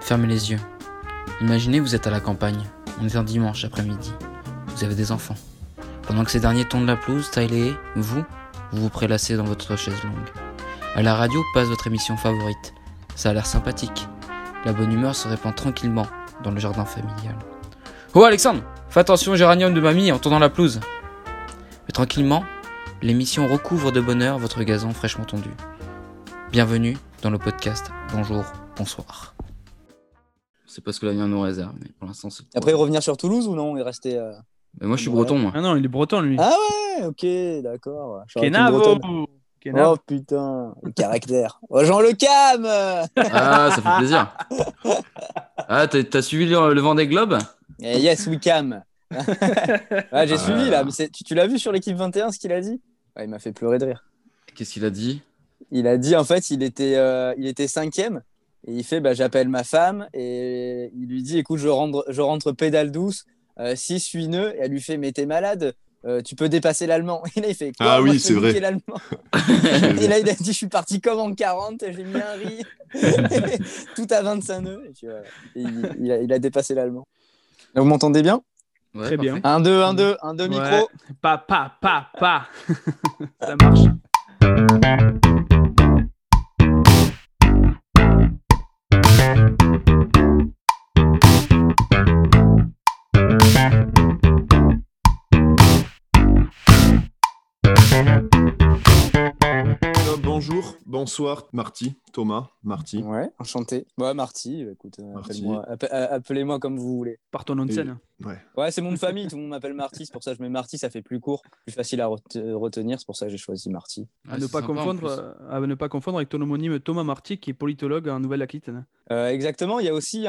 Fermez les yeux. Imaginez vous êtes à la campagne. On est un dimanche après-midi. Vous avez des enfants. Pendant que ces derniers tondent la pelouse, taillent les haies, vous vous prélassez dans votre chaise longue. À la radio passe votre émission favorite. Ça a l'air sympathique. La bonne humeur se répand tranquillement dans le jardin familial. Oh Alexandre, fais attention au géranium de mamie en tondant la pelouse. Mais tranquillement, l'émission recouvre de bonheur votre gazon fraîchement tondu. Bienvenue dans le podcast Bonjour, bonsoir. C'est pas ce que l'avenir nous réserve, mais pour l'instant c'est... Après revenir sur Toulouse ou non? Il restait... Mais moi je suis breton, moi. Ah non, il est breton lui. Ah ouais, ok, d'accord. Kenavo. Oh putain, le caractère. Oh Jean Le Cam. Ah, ça fait plaisir. Ah, t'as suivi le Vendée Globe? Yes, we cam. Ouais, j'ai suivi là, mais tu l'as vu sur l'équipe 21 ce qu'il a dit? Ouais, il m'a fait pleurer de rire. Qu'est-ce qu'il a dit? Il a dit en fait, il était cinquième et il fait j'appelle ma femme et il lui dit écoute, je rentre pédale douce, 6-8 nœuds, et elle lui fait mais t'es malade, tu peux dépasser l'allemand. Et là il fait quoi? Ah moi, oui, je c'est peux vrai. niquer l'allemand. Et là il a dit je suis parti comme en 40 et j'ai mis un riz. Tout à 25 nœuds et puis, et il a dépassé l'allemand. Vous m'entendez bien? Ouais, Très bien. 1 2 1 2 1 2 Ouais. micro. Pa. Ça marche. Bonjour, bonsoir, Marty, Thomas, Marty. Ouais, enchanté. Ouais, Marty, écoute, Marty. appelez-moi comme vous voulez. Par ton nom de scène. Ouais. Ouais, c'est mon nom de famille, tout le monde m'appelle Marty, c'est pour ça que je mets Marty, ça fait plus court, plus facile à retenir, c'est pour ça que j'ai choisi Marty. Ah, À ne pas confondre avec ton homonyme Thomas Marty, qui est politologue en Nouvelle-Aquitaine. Exactement, il y a aussi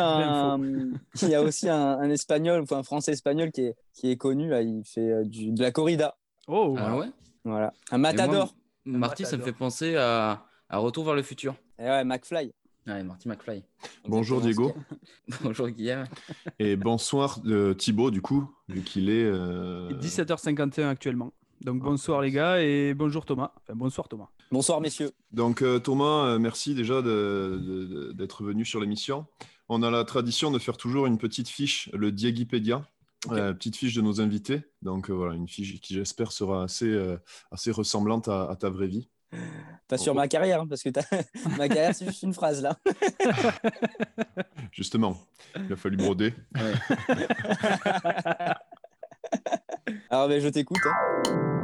un espagnol, enfin un français espagnol qui est connu, là, il fait de la corrida. Oh. Ah ouais? Voilà, un matador. Marty, ça me fait penser à Retour vers le futur. Et ouais, McFly. Ouais, Marty McFly. Bonjour Diego. Bonjour Guillaume. Et bonsoir Thibaut, du coup, vu qu'il est. Il est 17h51 actuellement. Donc bonsoir les gars et bonjour Thomas. Enfin, bonsoir Thomas. Bonsoir messieurs. Donc Thomas, merci déjà d'être venu sur l'émission. On a la tradition de faire toujours une petite fiche, le Diegipédia. Okay. Petite fiche de nos invités. Donc voilà, une fiche qui j'espère sera assez ressemblante à ta vraie vie. Pas sur ma carrière, hein, parce que ma carrière c'est juste une phrase là. Justement, il a fallu broder. Ouais. Alors je t'écoute. Hein.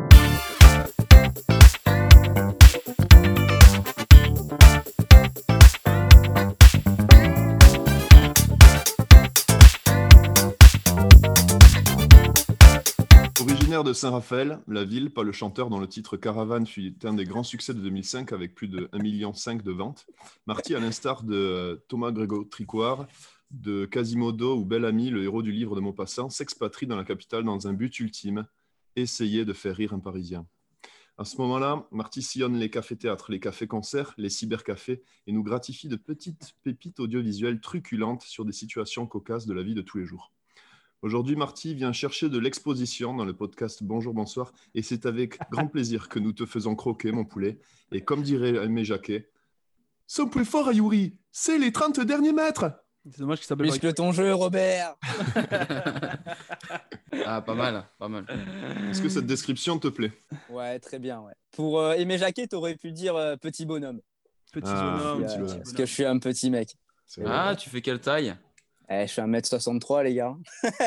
Originaire de Saint-Raphaël, la ville, pas le chanteur dont le titre Caravane fut un des grands succès de 2005 avec plus de 1,5 million de ventes, Marty, à l'instar de Thomas Grégo-Tricouard, de Quasimodo ou Bel-Ami, le héros du livre de Maupassant, s'expatrie dans la capitale dans un but ultime, essayer de faire rire un Parisien. À ce moment-là, Marty sillonne les cafés-théâtres, les cafés-concerts, les cybercafés et nous gratifie de petites pépites audiovisuelles truculentes sur des situations cocasses de la vie de tous les jours. Aujourd'hui, Marty vient chercher de l'exposition dans le podcast Bonjour, bonsoir, et c'est avec grand plaisir que nous te faisons croquer, mon poulet. Et comme dirait Aimé Jacquet, son plus fort à Yuri, c'est les 30 derniers mètres. C'est dommage qu'il s'appelle. Muscle ton jeu, Robert. Ah, pas mal. Est-ce que cette description te plaît? Ouais, très bien. Ouais. Pour Aimé Jacquet, t'aurais pu dire petit bonhomme. Petit Ah, bonhomme. petit bonhomme. Parce que je suis un petit mec. C'est vrai. Ah, tu fais quelle taille? Je suis 1m63, les gars.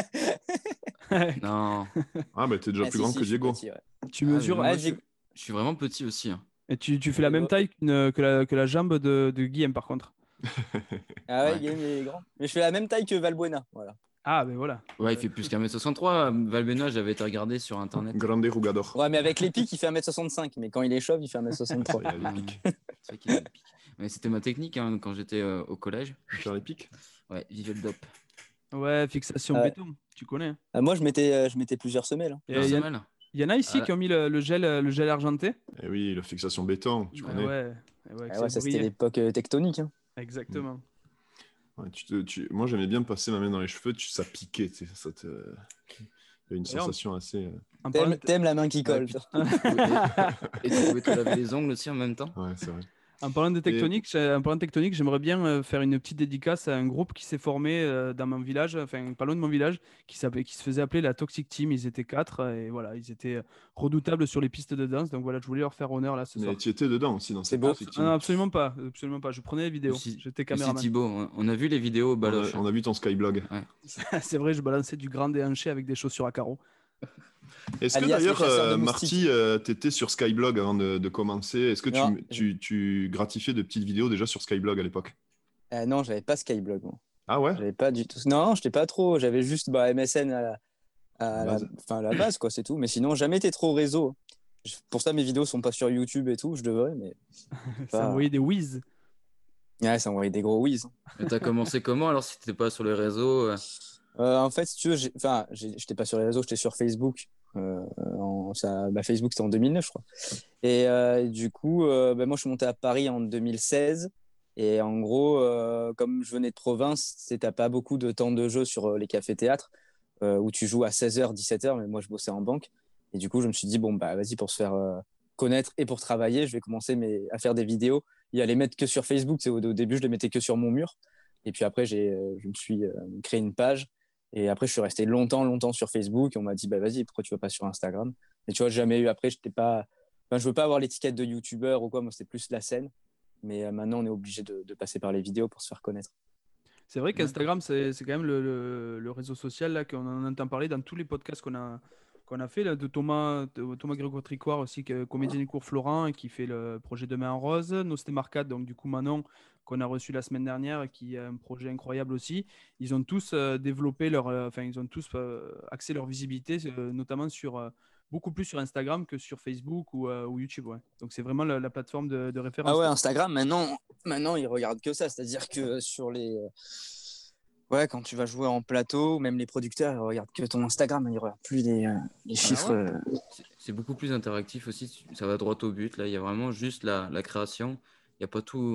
Non. Ah, bah t'es déjà plus grand que Diego. Petit, ouais. Tu Ah, mesures. mais moi, Diego. je suis vraiment petit aussi. Hein. Et tu fais la même taille que la jambe de Guillaume par contre. Ah ouais, Ouais. Guillaume, il est grand. Mais je fais la même taille que Valbuena. Voilà. Ah ben voilà. Ouais, il fait plus qu'1m63. Valbuena, j'avais été regardé sur internet. Grande Rugador. Ouais, mais avec les pics, il fait 1m65. Mais quand il est chauve, il fait 1m63. Il a les pics. C'est vrai qu'il a des pics. Mais c'était ma technique hein, quand j'étais au collège. Faire les pics. Ouais, vive le dope. Ouais, fixation Ouais. béton. Tu connais. Moi, je mettais plusieurs semelles. Hein. Il y en a ici Ah. qui ont mis le gel argenté. Eh oui, la fixation béton, tu connais. Ouais, Ah ouais, ça, c'était l'époque tectonique. Hein. Exactement. Ouais, moi, j'aimais bien passer ma main dans les cheveux, ça piquait. Tu sais, il y a une sensation assez. En parlant de- T'aimes la main qui colle. Et tu pouvais te laver les ongles aussi en même temps. Ouais, c'est vrai. En parlant de tectonique, j'aimerais bien faire une petite dédicace à un groupe qui s'est formé dans mon village, enfin pas loin de mon village, qui se faisait appeler la Toxic Team. Ils étaient 4 et voilà, ils étaient redoutables sur les pistes de danse. Donc voilà, je voulais leur faire honneur là ce soir. Mais tu étais dedans aussi dans C'est cette beau. Toxic Ah Team. non, absolument pas, absolument pas. Je prenais les vidéos, j'étais caméraman. Thibaut, on a vu les vidéos au Baloche. On a vu ton Skyblog. C'est vrai, je balançais du grand déhanché avec des chaussures à carreaux. Est-ce que Alias les chasseurs d'ailleurs, de Marty, tu étais sur Skyblog avant de commencer? Est-ce que Non, tu gratifiais de petites vidéos déjà sur Skyblog à l'époque? non, j'avais pas Skyblog, moi. Ah ouais? J'avais pas du tout. Non, j'étais pas trop. J'avais juste MSN base. à la base, quoi, c'est tout. Mais sinon, jamais été trop réseau. Pour ça, mes vidéos sont pas sur YouTube et tout. Je devrais, mais Ça envoyait des whiz. ouais, ça envoyait des gros whiz. Mais t'as commencé comment alors si t'étais pas sur les réseaux? En fait, si tu veux, j'étais pas sur les réseaux, j'étais sur Facebook. Facebook, c'était en 2009, je crois. Et du coup, moi, je suis monté à Paris en 2016. Et en gros, comme je venais de province, t'as pas beaucoup de temps de jeu sur les cafés-théâtres où tu joues à 16h, 17h, mais moi, je bossais en banque. Et du coup, je me suis dit, bon, bah, vas-y, pour se faire connaître et pour travailler, je vais commencer à faire des vidéos et à les mettre que sur Facebook. Au début, je les mettais que sur mon mur. Et puis après, je me suis créé une page. Et après, je suis resté longtemps sur Facebook. Et on m'a dit, bah, vas-y, pourquoi tu vas pas sur Instagram? Et tu vois, jamais eu. Après, j'étais pas. Enfin, je veux pas avoir l'étiquette de youtubeur ou quoi. Moi, c'était plus la scène. Mais maintenant, on est obligé de passer par les vidéos pour se faire connaître. C'est vrai qu'Instagram, c'est quand même le réseau social là, qu'on en entend parler dans tous les podcasts qu'on a fait, là, de Thomas Grégoire-Tricoire aussi, comédien du cours Florent, et qui fait le projet Demain en Rose, Nosté Marcat, donc du coup Manon, qu'on a reçu la semaine dernière, et qui a un projet incroyable aussi. Ils ont tous développé ils ont tous axé leur visibilité, notamment beaucoup plus sur Instagram que sur Facebook ou YouTube. Ouais. Donc c'est vraiment la plateforme de référence. Ah ouais, Instagram, maintenant, ils regardent que ça. C'est-à-dire que sur les. Ouais, quand tu vas jouer en plateau, même les producteurs, ils regardent que ton Instagram, ils regardent plus les chiffres. Ouais. C'est beaucoup plus interactif aussi, ça va droit au but. Là, il y a vraiment juste la création. Il n'y a pas tout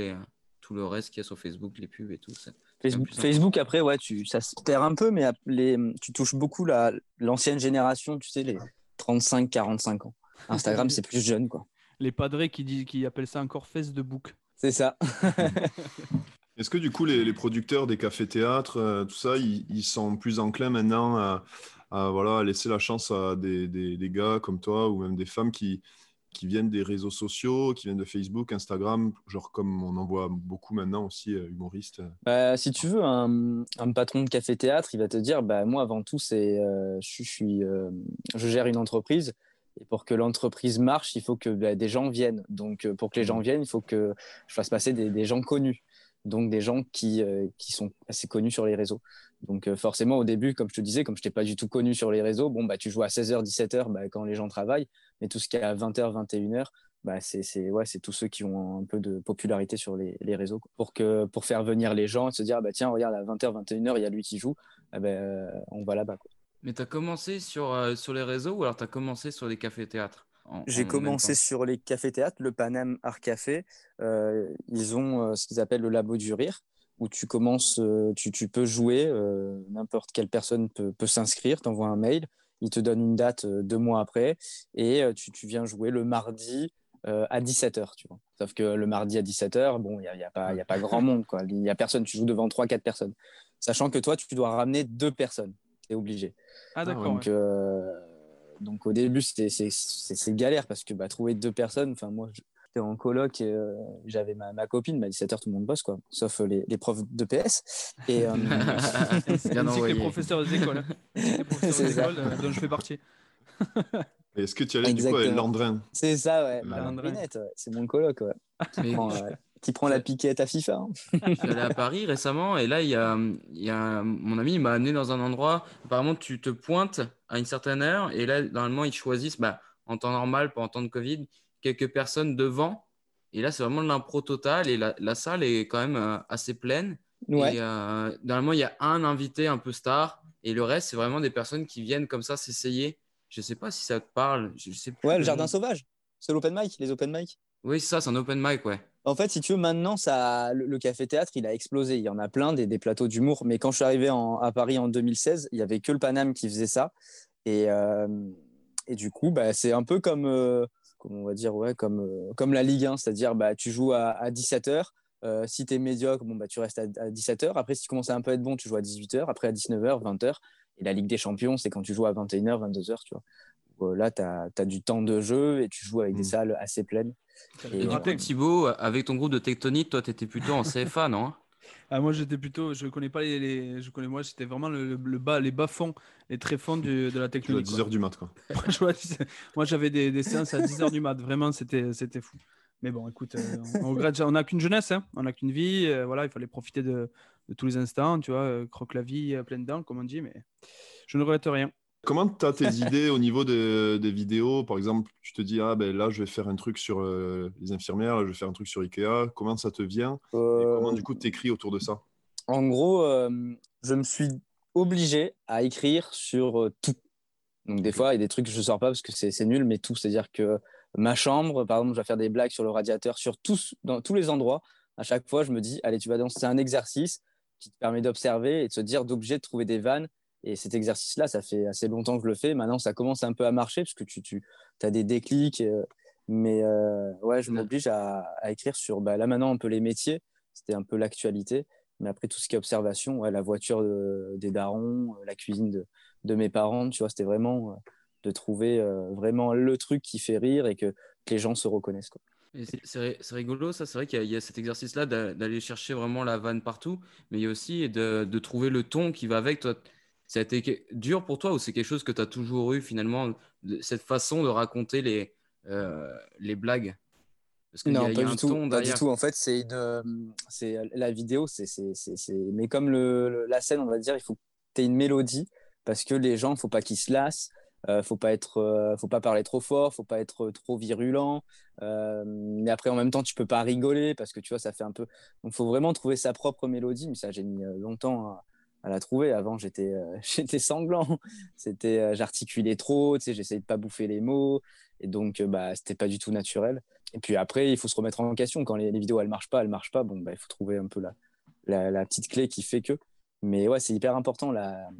le reste qu'il y a sur Facebook, les pubs et tout. Facebook, après, ouais, ça se perd un peu, mais tu touches beaucoup l'ancienne génération, tu sais, les 35-45 ans. Instagram, c'est plus jeune, quoi. Les padrés qui appellent ça encore face de bouc. C'est ça. Est-ce que du coup, les producteurs des cafés-théâtres, tout ça, ils sont plus enclins maintenant à laisser la chance à des gars comme toi ou même des femmes qui viennent des réseaux sociaux, qui viennent de Facebook, Instagram, genre comme on en voit beaucoup maintenant aussi, humoristes? Si tu veux, un patron de café-théâtre, il va te dire, bah, moi, avant tout, je gère une entreprise. Et pour que l'entreprise marche, il faut que des gens viennent. Donc, pour que les gens viennent, il faut que je fasse passer des gens connus. Donc, des gens qui sont assez connus sur les réseaux. Donc, forcément, au début, comme je te disais, comme je n'étais pas du tout connu sur les réseaux, bon, tu joues à 16h, 17h quand les gens travaillent. Mais tout ce qui est à 20h, 21h, c'est tous ceux qui ont un peu de popularité sur les réseaux. Pour faire venir les gens et se dire, tiens, regarde, à 20h, 21h, il y a lui qui joue. On va là-bas, quoi. Mais tu as commencé sur les réseaux ou alors tu as commencé sur les cafés-théâtres J'ai commencé sur les cafés-théâtres, le Paname Art Café. Ils ont ce qu'ils appellent le Labo du Rire, où tu commences, tu peux jouer, n'importe quelle personne peut s'inscrire, t'envoies un mail, ils te donnent une date 2 mois après, et tu viens jouer le mardi à 17h, tu vois. Sauf que le mardi à 17h, bon, il n'y a pas grand monde, quoi. Il n'y a personne, tu joues devant 3-4 personnes. Sachant que toi, tu dois ramener 2 personnes, t'es obligé. Ah d'accord. Donc au début, c'est galère parce que trouver 2 personnes, enfin moi j'étais en coloc et j'avais ma copine, à 17h tout le monde bosse, quoi, sauf les profs de PS. Et, c'est bien envoyé. Les professeurs des écoles, les professeurs des écoles dont je fais partie. Et est-ce que tu allais du coup avec Landrin? C'est ça, ouais, Landrinette, ouais. C'est mon coloc, ouais. Qui prend la piquette à FIFA. Hein. Je suis allé à Paris récemment et là, il y a mon ami, il m'a amené dans un endroit. Apparemment, tu te pointes à une certaine heure et là, normalement, ils choisissent en temps normal, pas en temps de Covid, quelques personnes devant. Et là, c'est vraiment de l'impro total et la salle est quand même assez pleine. Ouais. Et normalement, il y a un invité un peu star et le reste, c'est vraiment des personnes qui viennent comme ça s'essayer. Je ne sais pas si ça te parle. Je sais plus ouais, le Jardin Sauvage. C'est l'open mic, les open mic. Oui, c'est ça, c'est un open mic, ouais. En fait, si tu veux, maintenant, le café-théâtre, il a explosé. Il y en a plein, des plateaux d'humour. Mais quand je suis arrivé à Paris en 2016, il n'y avait que le Paname qui faisait ça. Et du coup, c'est un peu comme on va dire, ouais, comme la Ligue 1, c'est-à-dire bah, tu joues à 17h. Si tu es médiocre, bon, bah, tu restes à 17h. Après, si tu commences à un peu être bon, tu joues à 18h. Après, à 19h, 20h. Et la Ligue des Champions, c'est quand tu joues à 21h, 22h. Tu vois. Là, tu as du temps de jeu et tu joues avec des salles assez pleines. Et du coup, Thibaut, avec ton groupe de Tectonique, toi, tu étais plutôt en CFA, non? Moi, j'étais plutôt, je connais pas moi, c'était vraiment les bas-fonds, les tréfonds de la Tu joues à tectonique. 10h du mat, quoi. Moi, j'avais des séances à 10h du mat. Vraiment, c'était fou. Mais bon, écoute, on regrette, on n'a qu'une jeunesse, hein. On n'a qu'une vie. Voilà, il fallait profiter de tous les instants, tu vois, croque la vie à pleines dents, comme on dit. Mais je ne regrette rien. Comment tu as tes idées au niveau des vidéos? Par exemple, tu te dis, ah ben là, je vais faire un truc sur les infirmières, là, je vais faire un truc sur Ikea. Comment ça te vient? Et comment, du coup, tu écris autour de ça? En gros, je me suis obligé à écrire sur tout. Donc, des fois, il y a des trucs que je ne sors pas parce que c'est nul, mais tout. C'est-à-dire que ma chambre, par exemple, je vais faire des blagues sur le radiateur, dans tous les endroits. À chaque fois, je me dis, allez, tu vas danser. C'est un exercice qui te permet d'observer et de se dire, d'obligé de trouver des vannes. Et cet exercice-là, ça fait assez longtemps que je le fais. Maintenant, ça commence un peu à marcher parce que tu as des déclics. Mais ouais, je m'oblige à écrire sur, bah, là maintenant, un peu les métiers. C'était un peu l'actualité. Mais après, tout ce qui est observation, ouais, la voiture des darons, la cuisine de mes parents, tu vois, c'était vraiment de trouver vraiment le truc qui fait rire et que les gens se reconnaissent, quoi. Et c'est rigolo, ça. C'est vrai qu'il y a cet exercice-là d'aller chercher vraiment la vanne partout, mais il y a aussi de trouver le ton qui va avec. Toi, ça a été dur pour toi ou c'est quelque chose que tu as toujours eu finalement, cette façon de raconter les blagues? Parce qu'il Non, y a un ton pas du derrière. tout. En fait, c'est la vidéo, mais comme la scène, on va dire, il faut que tu aies une mélodie parce que les gens, faut pas qu'ils se lassent. Faut pas parler trop fort, faut pas être trop virulent. Mais après, en même temps, tu peux pas rigoler parce que tu vois, ça fait un peu. Donc, faut vraiment trouver sa propre mélodie. Mais ça, j'ai mis longtemps à la trouver. Avant, j'étais sanglant. J'articulais trop. Tu sais, j'essayais de pas bouffer les mots. Et donc, bah, c'était pas du tout naturel. Et puis après, il faut se remettre en question. Quand les vidéos, elles marchent pas. Bon, bah, il faut trouver un peu la petite clé qui fait que. Mais ouais, c'est hyper important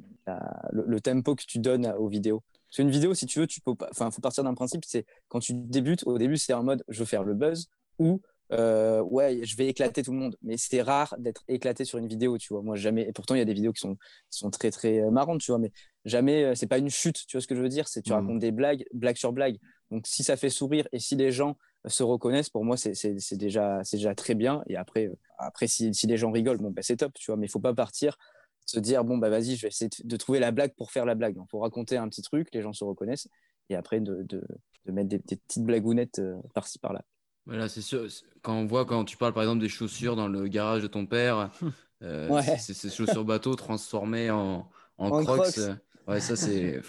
le tempo que tu donnes aux vidéos. Parce qu'une vidéo, si tu veux, tu peux pas. Enfin, faut partir d'un principe, c'est quand tu débutes, au début, c'est en mode je veux faire le buzz ou ouais, je vais éclater tout le monde. Mais c'est rare d'être éclaté sur une vidéo, tu vois. Moi, jamais. Et pourtant, il y a des vidéos qui sont très, très marrantes, tu vois. Mais jamais, c'est pas une chute, tu vois ce que je veux dire? C'est tu racontes des blagues, blague sur blague. Donc, si ça fait sourire et si les gens se reconnaissent, pour moi, c'est déjà très bien. Et après, si les gens rigolent, bon, bah, c'est top, tu vois. Mais il faut pas partir se dire bon bah vas-y je vais essayer de trouver la blague pour faire la blague. Il faut raconter un petit truc, les gens se reconnaissent et après de mettre des petites blagounettes par-ci par-là. Voilà, c'est sûr. Quand tu parles par exemple des chaussures dans le garage de ton père, Ouais. c'est ces chaussures bateau transformées en En Crocs. Crocs. Ouais, ça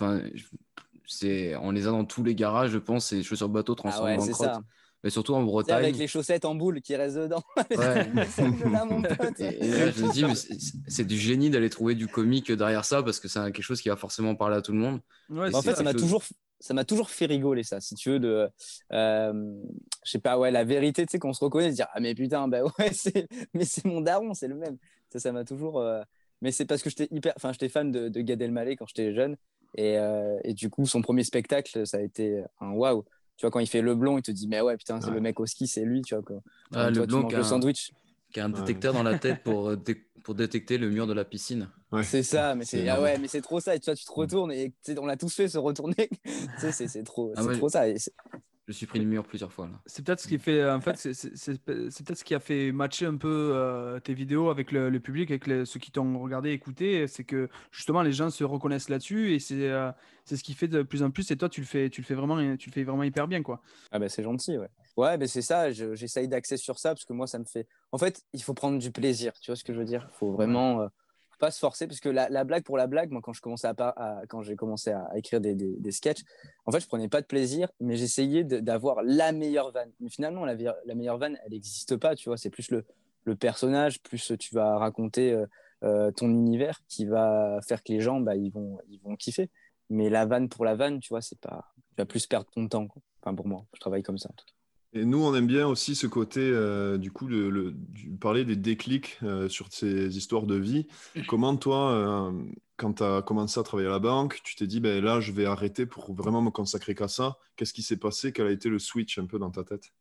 on les a dans tous les garages, je pense, ces chaussures bateau Ah transformées ouais, en c'est Crocs. ça. Mais surtout en C'est avec Bretagne. les chaussettes en boule qui restent dedans. Ouais. Celle-là, mon pote. Et là, je me dis, mais c'est du génie d'aller trouver du comique derrière ça parce que c'est quelque chose qui va forcément parler à tout le monde. Ouais, Et En c'est fait, quelque chose- ça m'a toujours fait rigoler, ça, si tu veux, je sais pas, ouais, la vérité, tu sais, qu'on se reconnaît, de dire, ah, mais putain, bah ouais, mais c'est mon daron, c'est le même. Ça m'a toujours. Mais c'est parce que j'étais fan de Gad Elmaleh quand j'étais jeune. Et du coup, son premier spectacle, ça a été un waouh. Tu vois, quand il fait le blond, il te dit, mais ouais, putain, c'est le mec au ski, c'est lui, tu vois, quoi. Ah, le Toi, tu blanc manges le sandwich. qui a un détecteur dans la tête pour détecter le mur de la piscine. Ouais. C'est ça, mais c'est énorme. ouais, mais c'est trop ça. Et tu vois, tu te retournes et tu sais, on l'a tous fait se retourner. Tu sais, c'est trop, Ah c'est ouais, trop ça. je suis pris le mur plusieurs fois là. C'est peut-être ce qui fait, en fait, c'est peut-être ce qui a fait matcher un peu tes vidéos avec le public, avec ceux qui t'ont regardé, écouté. C'est que justement les gens se reconnaissent là-dessus et c'est ce qui fait de plus en plus. Et toi, tu le fais vraiment hyper bien, quoi. Ah bah c'est gentil, ouais. Ouais, bah c'est ça. J'essaye d'axer sur ça parce que moi, ça me fait. En fait, il faut prendre du plaisir. Tu vois ce que je veux dire? Il faut vraiment faut pas se forcer parce que la blague pour la blague, moi, quand j'ai commencé à écrire des sketchs, en fait, je prenais pas de plaisir, mais j'essayais d'avoir la meilleure vanne. Mais finalement, la meilleure vanne, elle n'existe pas. Tu vois, c'est plus le personnage, plus tu vas raconter ton univers qui va faire que les gens, bah, ils vont kiffer. Mais la vanne pour la vanne, tu vois, c'est pas. Tu vas plus perdre ton temps, quoi. Enfin, pour moi, je travaille comme ça, en tout cas. Et nous, on aime bien aussi ce côté, du coup, parler des déclics sur ces histoires de vie. Comment toi, quand tu as commencé à travailler à la banque, tu t'es dit, ben là, je vais arrêter pour vraiment me consacrer qu'à ça. Qu'est-ce qui s'est passé? Quel a été le switch un peu dans ta tête?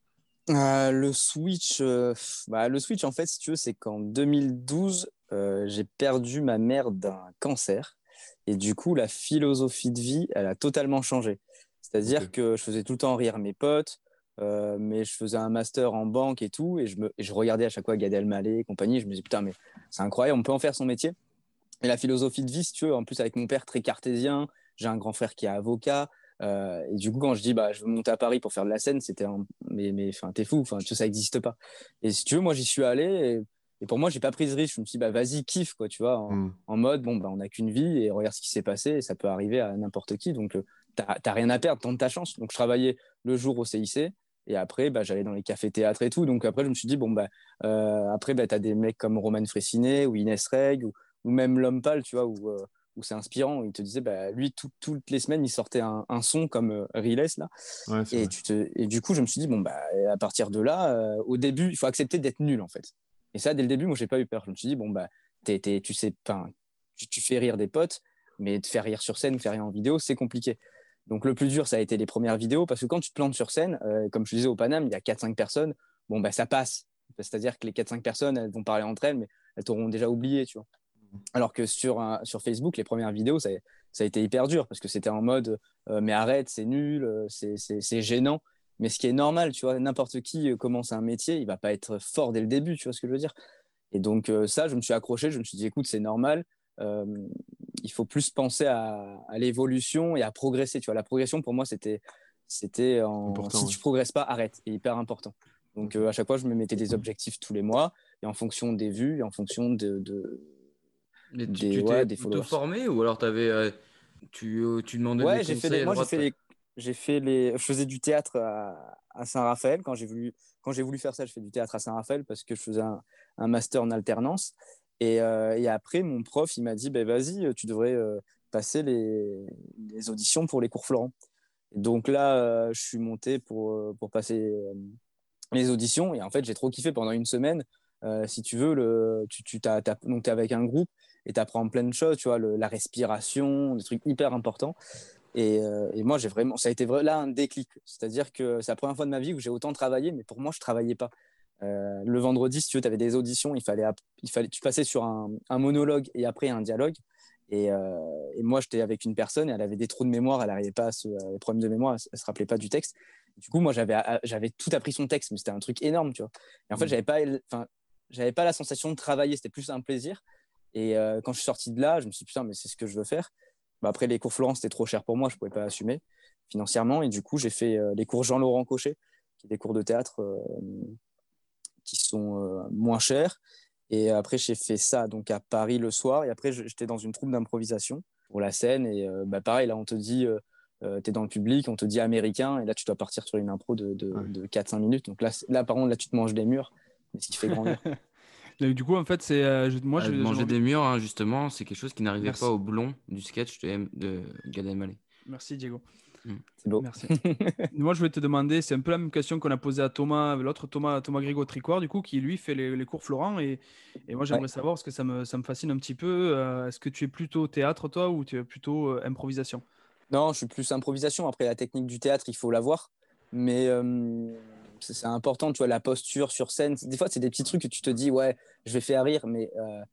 Le switch, en fait, si tu veux, c'est qu'en 2012, j'ai perdu ma mère d'un cancer. Et du coup, la philosophie de vie, elle a totalement changé. C'est-à-dire Ok. que je faisais tout le temps rire mes potes, mais je faisais un master en banque et tout, et je regardais à chaque fois Gad Elmaleh et compagnie. Je me disais, putain, mais c'est incroyable, on peut en faire son métier. Et la philosophie de vie, si tu veux, en plus avec mon père très cartésien, j'ai un grand frère qui est avocat. Et du coup, quand je dis bah, je veux monter à Paris pour faire de la scène, c'était mais enfin, t'es fou, enfin, tu sais, ça n'existe pas. Et si tu veux, moi, j'y suis allé et pour moi, j'ai pas pris ce risque. Je me suis dit, bah, vas-y, kiffe, quoi, tu vois, Hmm. en mode, bon, bah, on n'a qu'une vie et regarde ce qui s'est passé et ça peut arriver à n'importe qui. Donc, t'as rien à perdre, tente ta chance. Donc, je travaillais le jour au CIC et après, bah, j'allais dans les cafés-théâtres et tout. Donc, après, je me suis dit, bon, bah, après, bah, t'as des mecs comme Roman Frécinet ou Inès Reg ou même L'Homme Pâle, tu vois, où c'est inspirant, où il te disait, bah, lui, toutes les semaines, il sortait un son comme Riles, là. Ouais, c'est vrai. Et du coup, je me suis dit, bon, bah, à partir de là, au début, il faut accepter d'être nul, en fait. Et ça, dès le début, moi, j'ai pas eu peur. Je me suis dit, bon, bah, tu sais, tu fais rire des potes, mais te faire rire sur scène, faire rire en vidéo, c'est compliqué. Donc, le plus dur, ça a été les premières vidéos, parce que quand tu te plantes sur scène, comme je disais au Paname, il y a 4-5 personnes, bon, bah, ça passe. C'est-à-dire que les 4-5 personnes, elles vont parler entre elles, mais elles t'auront déjà oublié, tu vois. Alors que sur Facebook, les premières vidéos, ça a été hyper dur parce que c'était en mode mais arrête, c'est nul, c'est gênant. Mais ce qui est normal, tu vois, n'importe qui commence un métier, il va pas être fort dès le début, tu vois ce que je veux dire. Et donc ça, je me suis accroché, je me suis dit écoute, c'est normal. Euh, il faut plus penser à l'évolution et à progresser. Tu vois, la progression pour moi, Important, si ouais. tu progresses pas, arrête, c'est hyper important. Donc à chaque fois, je me mettais des objectifs tous les mois et en fonction des vues et en fonction Mais tu t'es des followers. auto-formé ou alors tu demandais des Ouais, conseils à moi droite? je faisais du théâtre à Saint-Raphaël quand j'ai voulu faire ça, je fais du théâtre à Saint-Raphaël parce que je faisais un master en alternance et après mon prof il m'a dit ben vas-y tu devrais passer les auditions pour les cours Florent. Donc là je suis monté pour passer les auditions et en fait j'ai trop kiffé pendant une semaine. Si tu veux donc t'es avec un groupe et t'apprends plein de choses, tu vois, la respiration, des trucs hyper importants. Et moi, ça a été là un déclic. C'est-à-dire que c'est la première fois de ma vie où j'ai autant travaillé, mais pour moi, je travaillais pas. Le vendredi, si tu veux, tu avais des auditions, tu passais sur un monologue et après un dialogue. Et moi, j'étais avec une personne et elle avait des trous de mémoire, elle n'arrivait pas des problèmes de mémoire, elle se rappelait pas du texte. Du coup, moi, j'avais tout appris son texte, mais c'était un truc énorme, tu vois. Et en fait, Hmm. j'avais pas la sensation de travailler, c'était plus un plaisir. Et quand je suis sorti de là, je me suis dit, putain, mais c'est ce que je veux faire. Bah, après, les cours Florent, c'était trop cher pour moi, je pouvais pas assumer financièrement. Et du coup, j'ai fait les cours Jean-Laurent Cochet, qui est des cours de théâtre qui sont moins chers. Et après, j'ai fait ça donc à Paris le soir. Et après, j'étais dans une troupe d'improvisation pour la scène. Et bah, pareil, là, on te dit, tu es dans le public, on te dit américain. Et là, tu dois partir sur une impro Ouais. de 4-5 minutes. Donc là, par contre, là, tu te manges des murs, mais ce qui fait grandir. Et du coup, en fait, c'est moi, De j'ai manger envie. des murs, hein, justement, c'est quelque chose qui n'arrivait pas Merci, au blond du sketch de Gad Elmaleh. merci Diego. Mm. C'est beau. Merci. Moi, je voulais te demander, c'est un peu la même question qu'on a posée à Thomas, l'autre Thomas Grégo Tricoire, du coup, qui lui fait les cours Florent. Et moi, Ouais. j'aimerais savoir, parce que ça me fascine un petit peu, est-ce que tu es plutôt théâtre, toi, ou tu es plutôt improvisation? Non, je suis plus improvisation. Après, la technique du théâtre, il faut l'avoir. Mais c'est important, tu vois, la posture sur scène. Des fois, c'est des petits trucs que tu te dis, ouais, je vais faire rire, mais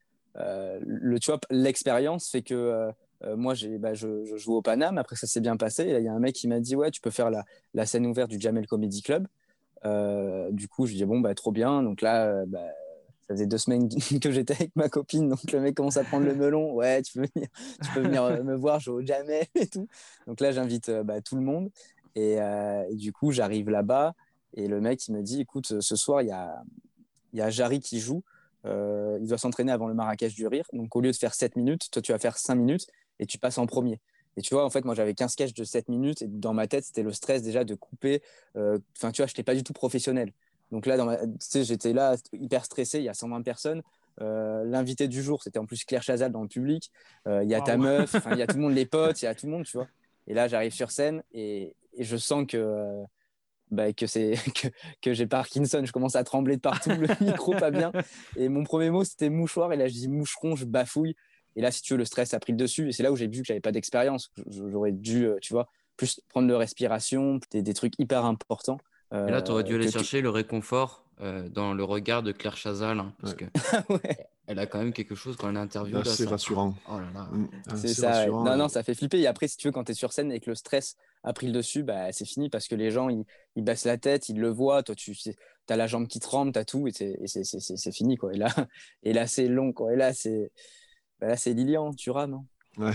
tu vois, l'expérience fait que moi, je joue au Paname. Après, ça s'est bien passé. Et là, il y a un mec qui m'a dit, ouais, tu peux faire la scène ouverte du Jamel Comedy Club. Du coup, je dis, bon, bah, trop bien. Donc là, ça faisait 2 semaines que j'étais avec ma copine, donc le mec commence à prendre le melon. Ouais, tu peux venir me voir, je joue au Jamel et tout. Donc là, j'invite bah, tout le monde. Et du coup, j'arrive là-bas et le mec, il me dit, écoute, ce soir, il y a Jarry qui joue. Il doit s'entraîner avant le Marrakech du Rire. Donc au lieu de faire 7 minutes, toi, tu vas faire 5 minutes et tu passes en premier. Et tu vois, en fait, moi, j'avais 15 sketchs de 7 minutes et dans ma tête, c'était le stress déjà de couper. Enfin, tu vois, je n'étais pas du tout professionnel. Donc là, tu sais, j'étais là hyper stressé, il y a 120 personnes. L'invité du jour, c'était en plus Claire Chazal dans le public. Il y a ta Waouh! meuf, enfin, il y a tout le monde, les potes, il y a tout le monde, tu vois. Et là, j'arrive sur scène et je sens bah, que j'ai Parkinson, je commence à trembler de partout, le micro pas bien. Et mon premier mot, c'était mouchoir. Et là, je dis moucheron, je bafouille. Et là, si tu veux, le stress a pris le dessus. Et c'est là où j'ai vu que j'avais pas d'expérience. J'aurais dû, tu vois, plus prendre de respiration, des trucs hyper importants. Et là, tu aurais dû aller que- chercher le réconfort dans le regard de Claire Chazal, hein, parce Ouais. que Ouais. elle a quand même quelque chose quand elle interview. Là, Assez ça... rassurant. Oh là là. C'est Assez ça. Ouais. rassurant. Non, ça fait flipper. Et après, si tu veux, quand tu es sur scène et que le stress a pris le dessus, bah, c'est fini parce que les gens, ils baissent la tête, ils le voient. Toi, tu as la jambe qui tremble, tu as tout et c'est fini, quoi. Et là c'est long, quoi. Et là, c'est Lilian, tu rames. Hein. Ouais.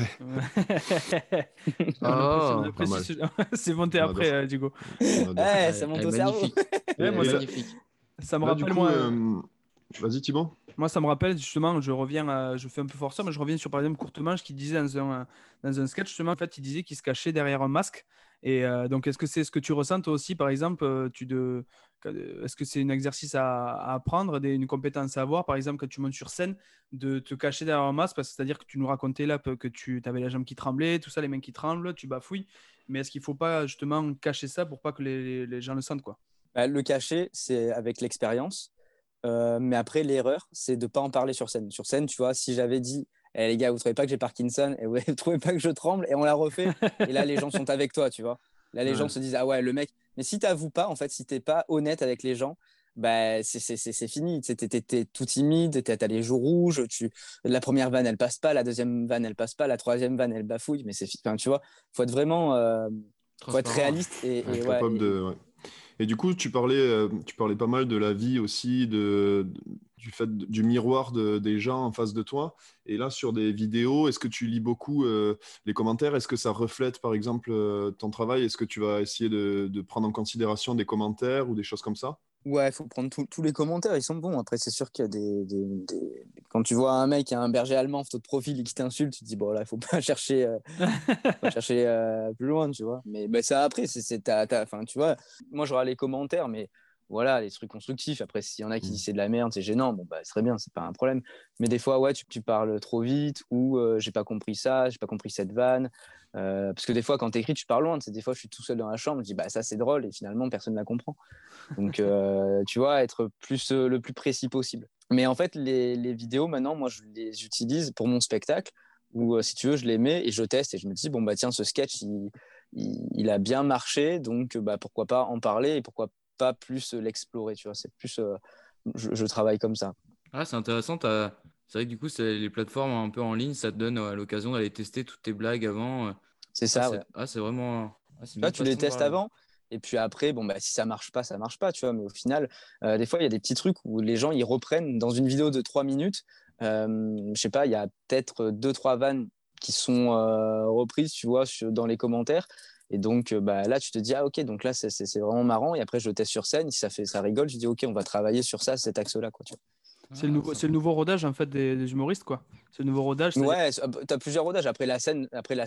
Oh, Après, pas mal. c'est monté On après, adore. Diego. On adore. Ouais, ça monte elle au est cerveau. magnifique. Ouais, Elle moi, est ça, magnifique. ça me Là, du rappelle, coup, moi. vas-y Thibaut. Moi, ça me rappelle justement, je fais un peu forceur, mais je reviens sur par exemple Courtemanche qui disait dans un sketch, justement, en fait, il disait qu'il se cachait derrière un masque. Et donc, est-ce que c'est ce que tu ressens toi aussi, par exemple, est-ce que c'est un exercice à apprendre, une compétence à avoir, par exemple, quand tu montes sur scène, de te cacher derrière un masque, c'est-à-dire que tu nous racontais là que tu avais la jambe qui tremblait, tout ça, les mains qui tremblent, tu bafouilles, mais est-ce qu'il ne faut pas justement cacher ça pour pas que les gens le sentent, quoi? Bah, le cacher, c'est avec l'expérience. Mais après, l'erreur, c'est de ne pas en parler sur scène. Sur scène, tu vois, si j'avais dit, les gars, vous ne trouvez pas que j'ai Parkinson et vous ne trouvez pas que je tremble et on l'a refait, et là, les gens sont avec toi, tu vois. Là, les gens se disent, ah ouais, le mec. Mais si tu n'avoues pas, en fait, si tu n'es pas honnête avec les gens, bah, c'est fini. Tu es tout timide, tu as les joues rouges, la première vanne, elle passe pas, la deuxième vanne, elle passe pas, la troisième vanne, elle bafouille. Mais enfin, tu vois, il faut être vraiment faut être Transparent. réaliste. Capable de. Ouais. Et du coup, tu parlais pas mal de la vie aussi, du fait du miroir des gens en face de toi. Et là, sur des vidéos, est-ce que tu lis beaucoup les commentaires? Est-ce que ça reflète, par exemple, ton travail? Est-ce que tu vas essayer de prendre en considération des commentaires ou des choses comme ça? Ouais, il faut prendre tous les commentaires, ils sont bons. Après, c'est sûr qu'il y a quand tu vois un mec qui a un berger allemand photo de profil et qui t'insulte, tu te dis, bon, là, il faut pas chercher, plus loin, tu vois. Mais bah, ça, après, enfin, tu vois, moi, j'aurai les commentaires, mais voilà, les trucs constructifs. Après, s'il y en a qui disent c'est de la merde, c'est gênant, bon, bah, c'est très bien, c'est pas un problème. Mais des fois, ouais, tu parles trop vite ou j'ai pas compris ça, j'ai pas compris cette vanne. Parce que des fois, quand t'écris, tu parles loin. Des fois, je suis tout seul dans la chambre, je dis, bah, ça, c'est drôle, et finalement, personne ne la comprend. Donc, tu vois, être le plus précis possible. Mais en fait, les vidéos, maintenant, moi, je les utilise pour mon spectacle, où, si tu veux, je les mets et je teste, et je me dis, bon, bah, tiens, ce sketch, il a bien marché, donc, bah, pourquoi pas en parler, et pourquoi pas plus l'explorer, tu vois. C'est plus, je travaille comme ça. Ah, c'est intéressant. C'est vrai que du coup, les plateformes un peu en ligne, ça te donne l'occasion d'aller tester toutes tes blagues avant. C'est ça, ouais. C'est vraiment. C'est Tu une vois, bonne tu les façon de testes parler. avant, et puis après, bon, bah, si ça marche pas, tu vois. Mais au final, des fois, il y a des petits trucs où les gens, ils reprennent dans une vidéo de 3 minutes. Je sais pas, il y a peut-être 2-3 vannes qui sont reprises, tu vois, dans les commentaires. Et donc, bah, là, tu te dis, ah, ok, donc là, c'est vraiment marrant. Et après, je le teste sur scène. Si ça rigole, je dis, ok, on va travailler sur ça, cet axe-là, quoi, tu vois. C'est le nouveau rodage en fait des humoristes, quoi. C'est le nouveau rodage. Ouais, tu as plusieurs rodages. Après la scène,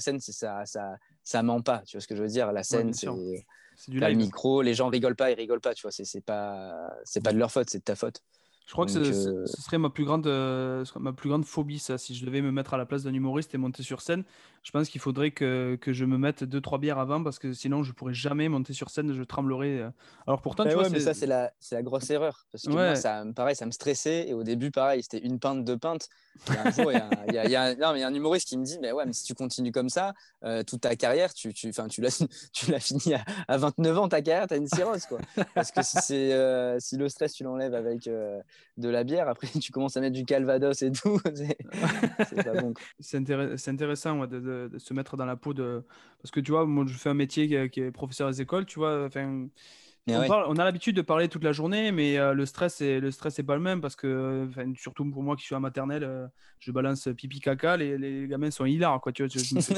ça ment pas. Tu vois ce que je veux dire? La scène, bien sûr. C'est du t'as le live. micro, les gens rigolent pas, ils rigolent pas. Tu vois, c'est pas de leur faute, c'est de ta faute. Je crois Donc, que ce serait ma plus grande phobie, ça. Si je devais me mettre à la place d'un humoriste et monter sur scène, je pense qu'il faudrait que je me mette 2-3 bières avant parce que sinon, je pourrais jamais monter sur scène, je tremblerais. Alors pourtant, tu vois, mais ça, c'est la grosse erreur. Parce que moi, Ouais. pareil, ça me stressait. Et au début, pareil, c'était une pinte, deux pintes. Et un jour, il y a un humoriste qui me dit, mais ouais, mais si tu continues comme ça, toute ta carrière, tu l'as fini à 29 ans, ta carrière, tu as une cirrhose, quoi. Parce que si le stress, tu l'enlèves avec de la bière, après, tu commences à mettre du Calvados et tout. C'est pas bon, quoi. C'est intéressant ouais, de se mettre dans la peau de. Parce que tu vois, moi, je fais un métier qui est professeur des écoles, tu vois. Enfin, Mais ouais. on a l'habitude de parler toute la journée, mais le stress est pas le même parce que, surtout pour moi qui suis en maternelle, je balance pipi caca, les gamins sont hilars, quoi. Tu vois, je me fais...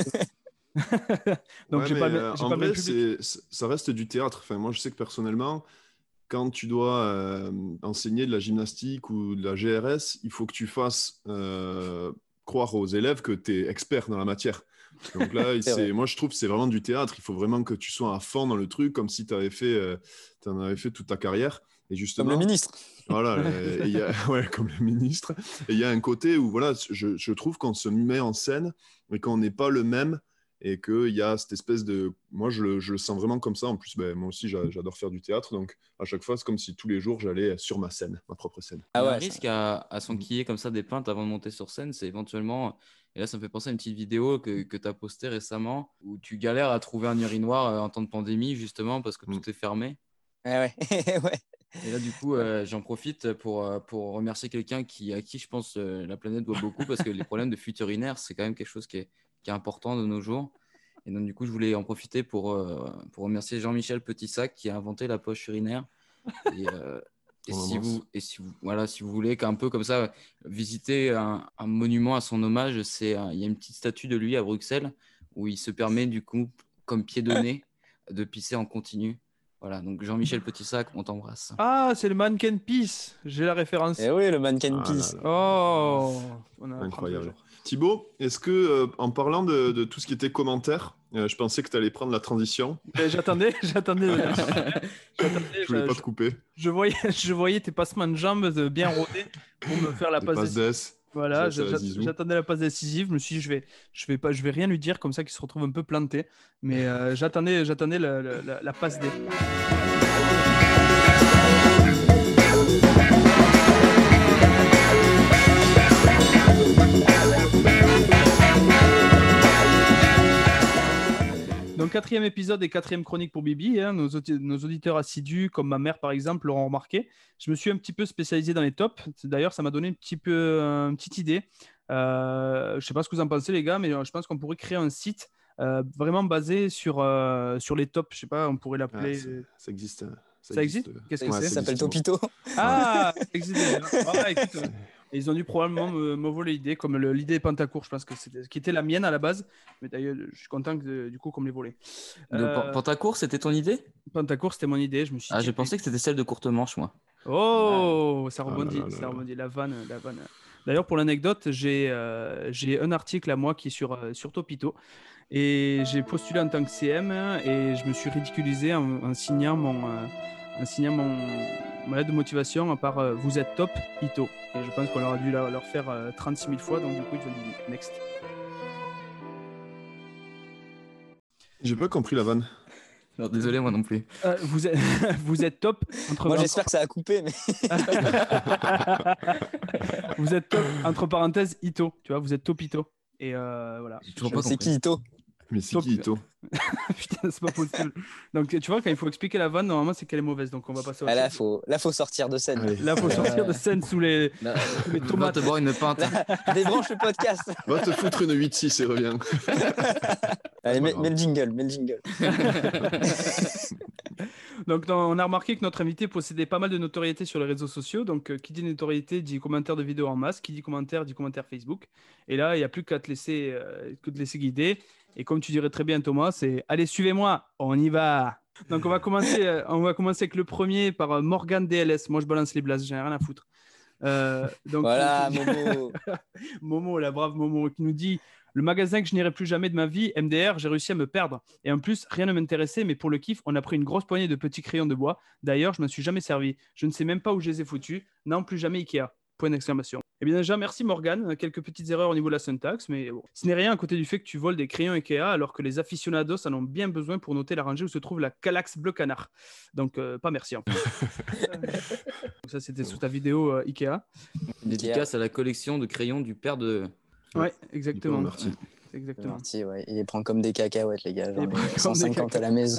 Donc, Ouais, j'ai mais pas en le même vrai, public. ça reste du théâtre. Enfin, moi, je sais que personnellement, quand tu dois enseigner de la gymnastique ou de la GRS, il faut que tu fasses croire aux élèves que tu es expert dans la matière. Donc là, moi, je trouve que c'est vraiment du théâtre. Il faut vraiment que tu sois à fond dans le truc, comme si tu avais fait toute ta carrière. Et justement, Comme le ministre. Voilà, ouais, comme le ministre. Et il y a un côté où voilà, je trouve qu'on se met en scène, mais qu'on n'est pas le même et qu'il y a cette espèce de... Moi, je le sens vraiment comme ça. En plus, moi aussi, j'adore faire du théâtre. Donc, à chaque fois, c'est comme si tous les jours, j'allais sur ma scène, ma propre scène. Il y a un ouais, risque à s'enquiller comme ça des pintes avant de monter sur scène, c'est éventuellement, et là ça me fait penser à une petite vidéo que tu as postée récemment, où tu galères à trouver un urinoir en temps de pandémie, justement, parce que tout est fermé. Ouais. Ouais. Et là, du coup, j'en profite pour remercier quelqu'un à qui je pense la planète doit beaucoup, parce que les problèmes de fuite urinaire, c'est quand même quelque chose qui est important de nos jours. Et donc, du coup, je voulais en profiter pour remercier Jean-Michel Petitsac qui a inventé la poche urinaire. Et si vous voulez qu'un peu comme ça visiter un monument à son hommage, il y a une petite statue de lui à Bruxelles où il se permet du coup, comme pied de nez, de pisser en continu. Voilà, donc Jean-Michel Petitsac, on t'embrasse. Ah, c'est le Mannequin Peace. J'ai la référence. Et oui, le mannequin Ah là peace. là. Oh, Incroyable. Thibaut, est-ce que, en parlant de tout ce qui était commentaires, je pensais que tu allais prendre la transition. J'attendais. Je voulais pas te couper. Je voyais tes passements de jambes bien rodés pour me faire la passe décisive. Voilà, j'attendais la passe décisive. Je me suis dit, je vais rien lui dire comme ça qu'il se retrouve un peu planté. Mais j'attendais la passe D. Donc, 4e épisode et 4e chronique pour Bibi. Nos auditeurs assidus, comme ma mère par exemple, l'auront remarqué. Je me suis un petit peu spécialisé dans les tops. D'ailleurs, ça m'a donné une petite idée. Je ne sais pas ce que vous en pensez, les gars, mais je pense qu'on pourrait créer un site vraiment basé sur les tops. Je ne sais pas, on pourrait l'appeler. Ça existe. Ça existe ? Qu'est-ce que c'est ? Ça s'appelle Topito. Ah, ça existe déjà. Ah, écoute, ils ont dû probablement me voler l'idée, comme l'idée Pentacourt, je pense que c'était qui était la mienne à la base. Mais d'ailleurs, je suis content que du coup qu'on me l'ait volé. Pentacourt, c'était ton idée ? Pentacourt, c'était mon idée. Je me suis dit, j'ai pensé que c'était celle de Courtemanche, moi. Oh, ça rebondit, ça rebondit. La vanne. D'ailleurs, pour l'anecdote, j'ai un article à moi qui est sur Topito. Et j'ai postulé en tant que CM et je me suis ridiculisé en signant ma lettre de motivation par vous êtes top, Ito. Et je pense qu'on aurait dû leur faire 36 000 fois, donc du coup, ils ont dit next. J'ai pas compris la vanne. Non, désolé, moi non plus. Vous êtes top. Moi, j'espère que ça a coupé, mais. Vous êtes top, entre parenthèses, Ito. Tu vois, vous êtes top Ito. Et voilà. C'est qui Ito ? Mais c'est qui Ito ? Putain, c'est pas possible. Donc, tu vois, quand il faut expliquer la vanne, normalement, c'est qu'elle est mauvaise. Donc, on va passer au là, faut sortir de scène. Là, il faut sortir de scène sous les tomates. Va te boire une pinte. Débranche le podcast. Va te foutre une 8-6 et reviens. Allez, mets le jingle. Donc, on a remarqué que notre invité possédait pas mal de notoriété sur les réseaux sociaux. Donc, qui dit notoriété dit commentaire de vidéos en masse. Qui dit commentaire Facebook. Et là, il n'y a plus qu'à te laisser guider. Et comme tu dirais très bien, Thomas, c'est « Allez, suivez-moi, on y va !» Donc, on va commencer avec le premier par Morgan DLS. Moi, je balance les blases, j'en ai rien à foutre. Donc, voilà, Momo. Momo, la brave Momo, qui nous dit « Le magasin que je n'irai plus jamais de ma vie, MDR, j'ai réussi à me perdre. Et en plus, rien ne m'intéressait, mais pour le kiff, on a pris une grosse poignée de petits crayons de bois. D'ailleurs, je ne m'en suis jamais servi. Je ne sais même pas où je les ai foutus. Non, plus jamais Ikea. » Point d'exclamation. Eh bien déjà, merci Morgane. Quelques petites erreurs au niveau de la syntaxe, mais bon. Ce n'est rien à côté du fait que tu voles des crayons Ikea alors que les aficionados en ont bien besoin pour noter la rangée où se trouve la Calax Bleu Canard. Donc, pas merci en fait. Donc ça, c'était sous ta vidéo Ikea. Dédicace à la collection de crayons du père de... Ouais, exactement. Merci. Exactement. Merci, ouais. Il les prend comme des cacahuètes, les gars. Genre 150 à la maison.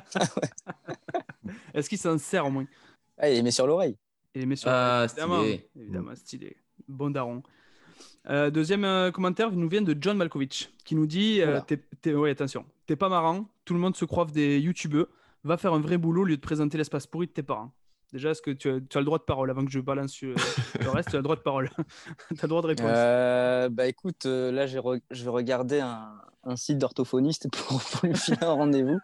Est-ce qu'il s'en sert au moins ? Ah, il les met sur l'oreille. Et mais sur évidemment, stylé. Bon daron. Deuxième commentaire nous vient de John Malkovich qui nous dit attention, t'es pas marrant, tout le monde se croit des youtubeux, va faire un vrai boulot au lieu de présenter l'espace pourri de tes parents. Déjà, est-ce que tu as le droit de parole avant que je balance le reste? Tu as le droit de parole. Tu as le droit de réponse. Écoute, là, je vais regarder un site d'orthophoniste pour lui filer un rendez-vous.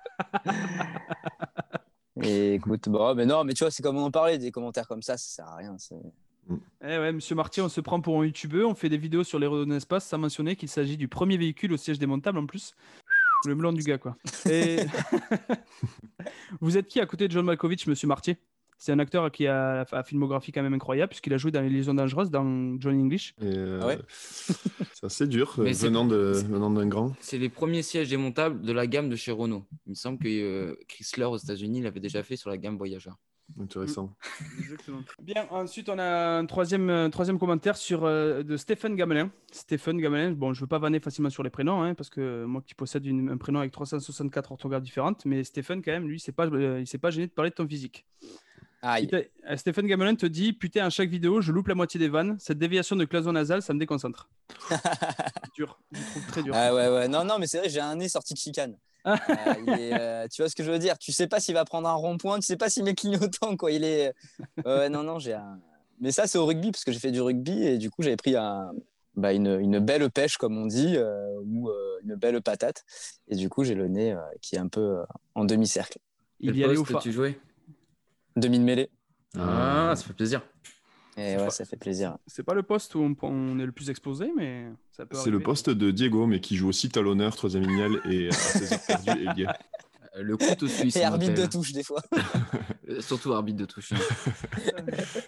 Et écoute, non, mais tu vois, c'est comme on en parlait, des commentaires comme ça sert à rien. Monsieur Marty, on se prend pour un youtubeur, on fait des vidéos sur les réseaux d'espace, sans mentionner qu'il s'agit du premier véhicule au siège démontable en plus. Le melon du gars, quoi. Et... Vous êtes qui à côté de John Malkovich, monsieur Marty? C'est un acteur qui a une filmographie quand même incroyable, puisqu'il a joué dans Les Liaisons dangereuses, dans Johnny English. Et, Ah ouais. c'est assez dur Mais venant d'un grand. C'est les premiers sièges démontables de la gamme de chez Renault. Il me semble que Chrysler aux États-Unis l'avait déjà fait sur la gamme Voyager. Intéressant. Exactement. Bien, ensuite on a un troisième commentaire de Stéphane Gamelin. Stéphane Gamelin, bon, je ne veux pas vanner facilement sur les prénoms, hein, parce que moi qui possède un prénom avec 364 orthographes différentes, mais Stéphane, quand même, lui, il s'est pas gêné de parler de ton physique. Aïe. Stéphane Gamelin te dit: putain, à chaque vidéo, je loupe la moitié des vannes. Cette déviation de cloison nasale, ça me déconcentre. Dur, je trouve très dur. Ah ouais. Non, mais c'est vrai, j'ai un nez sorti de chicane. Tu vois ce que je veux dire? Tu sais pas s'il va prendre un rond-point, tu sais pas s'il met clignotant, quoi. Non, j'ai un. Mais ça, c'est au rugby, parce que j'ai fait du rugby et du coup, j'avais pris une belle pêche, comme on dit, ou une belle patate. Et du coup, j'ai le nez qui est un peu en demi-cercle. Il y allait au tu jouais? Demi-mêlée. Ah, ça fait plaisir. Et ouais, ça fait plaisir. C'est pas le poste où on est le plus exposé, mais ça peut C'est arriver. le poste de Diego, mais qui joue aussi talonneur, troisième lignal et à ses heures perdues ailier. Le couteau suisse. Et on arbitre de appelle. touche, des fois. Surtout arbitre de touche. Hein.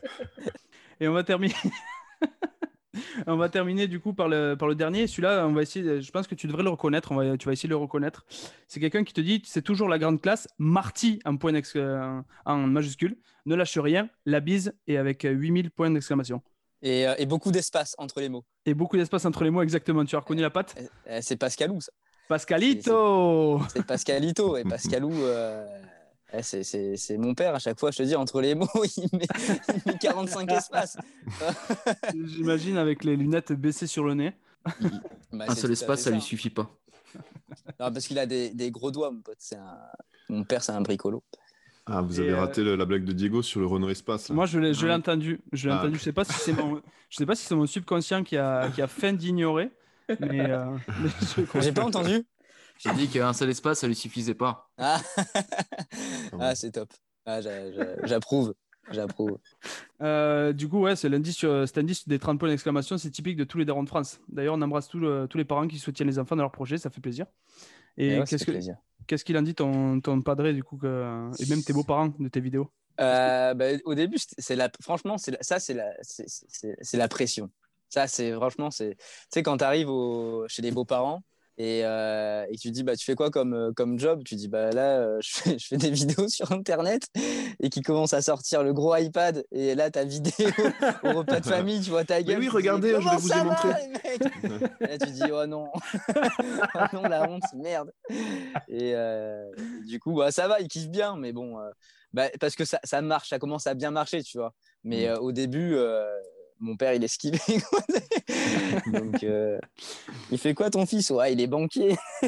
Et on va terminer. On va terminer du coup par le dernier. Celui-là, on va essayer. Je pense que tu devrais le reconnaître. Tu vas essayer de le reconnaître. C'est quelqu'un qui te dit: c'est toujours la grande classe. Marty en majuscule. Ne lâche rien. La bise et avec 8000 points d'exclamation. Et beaucoup d'espace entre les mots. Et beaucoup d'espace entre les mots, exactement. Tu as reconnu la patte? C'est Pascalou, ça. Pascalito. C'est Pascalito. Et Pascalou, c'est mon père. À chaque fois, je te dis, entre les mots, il met 45 espaces. J'imagine avec les lunettes baissées sur le nez. Bah, Un c'est seul tout à espace, fait ça lui suffit pas. Non, parce qu'il a des gros doigts, mon pote. Mon père, c'est un bricolo. Ah, vous avez raté la blague de Diego sur le Renault Espace. Là. Moi, je l'ai entendu. Je l'ai Ah. entendu. Je sais pas si c'est mon subconscient qui a feint d'ignorer. Mais J'ai pas entendu. J'ai dit qu'un seul espace, ça lui suffisait pas. Ah, c'est top. Ah, j'approuve. Du coup, ouais, cet indice des 30 points d'exclamation, c'est typique de tous les darons de France. D'ailleurs, on embrasse tous les parents qui soutiennent les enfants dans leur projet, ça fait plaisir. Et Ouais, ça fait plaisir. qu'est-ce qu'il en dit ton padré, du coup, et même tes beaux-parents de tes vidéos? Au début, franchement, c'est la pression. Ça, franchement, tu sais, quand tu arrives chez les beaux-parents et tu dis, bah, tu fais quoi comme job? Tu dis, bah, là, je fais des vidéos sur Internet, et qui commence à sortir le gros iPad. Et là, ta vidéo au repas de famille, tu vois ta gueule. Mais oui, tu regardez, dis, je vais vous y montrer. les mecs. Et là, tu dis, oh non. Oh non, la honte, merde. Et du coup, bah, ça va, ils kiffent bien. Mais bon, parce que ça marche, ça commence à bien marcher, tu vois. Mais au début, mon père, il esquivait. Donc, il fait quoi ton fils? Ouais, il est banquier. Il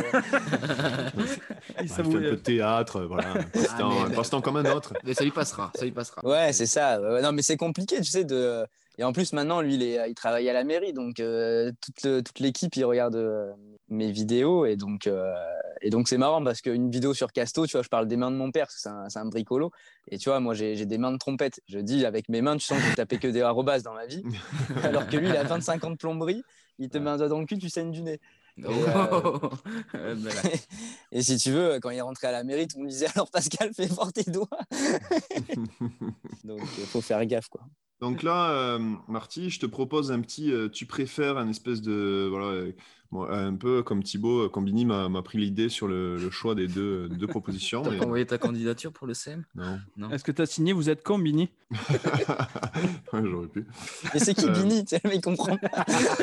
fait un peu de théâtre, voilà, un passe-temps comme un autre. Mais ça lui passera. Ouais, c'est ça. Non, mais c'est compliqué, tu sais. Et en plus, maintenant, lui, il travaille à la mairie. Donc, toute l'équipe, il regarde mes vidéos. Et donc, c'est marrant parce qu'une vidéo sur Casto, tu vois, je parle des mains de mon père parce que c'est un bricolo. Et tu vois, moi, j'ai des mains de trompette. Je dis, avec mes mains, tu sens que j'ai tapé que des arrobas dans ma vie. Alors que lui, il a 25 ans de plomberie. Il te met un doigt dans le cul, tu saignes du nez. Et si tu veux, quand il est rentré à la mairie, tout le monde disait, alors Pascal, fais fort tes doigts. Donc, il faut faire gaffe, quoi. Donc là, Marty, je te propose un petit tu préfères, un espèce de voilà, un peu comme Thibaut Combini m'a pris l'idée sur le choix des deux propositions. T'as pas envoyé ta candidature pour le CEM? Non. Est-ce que tu as signé? Vous êtes Combini? Ouais, j'aurais pu. Et c'est qui Bini? Tu sais, le mec comprend pas.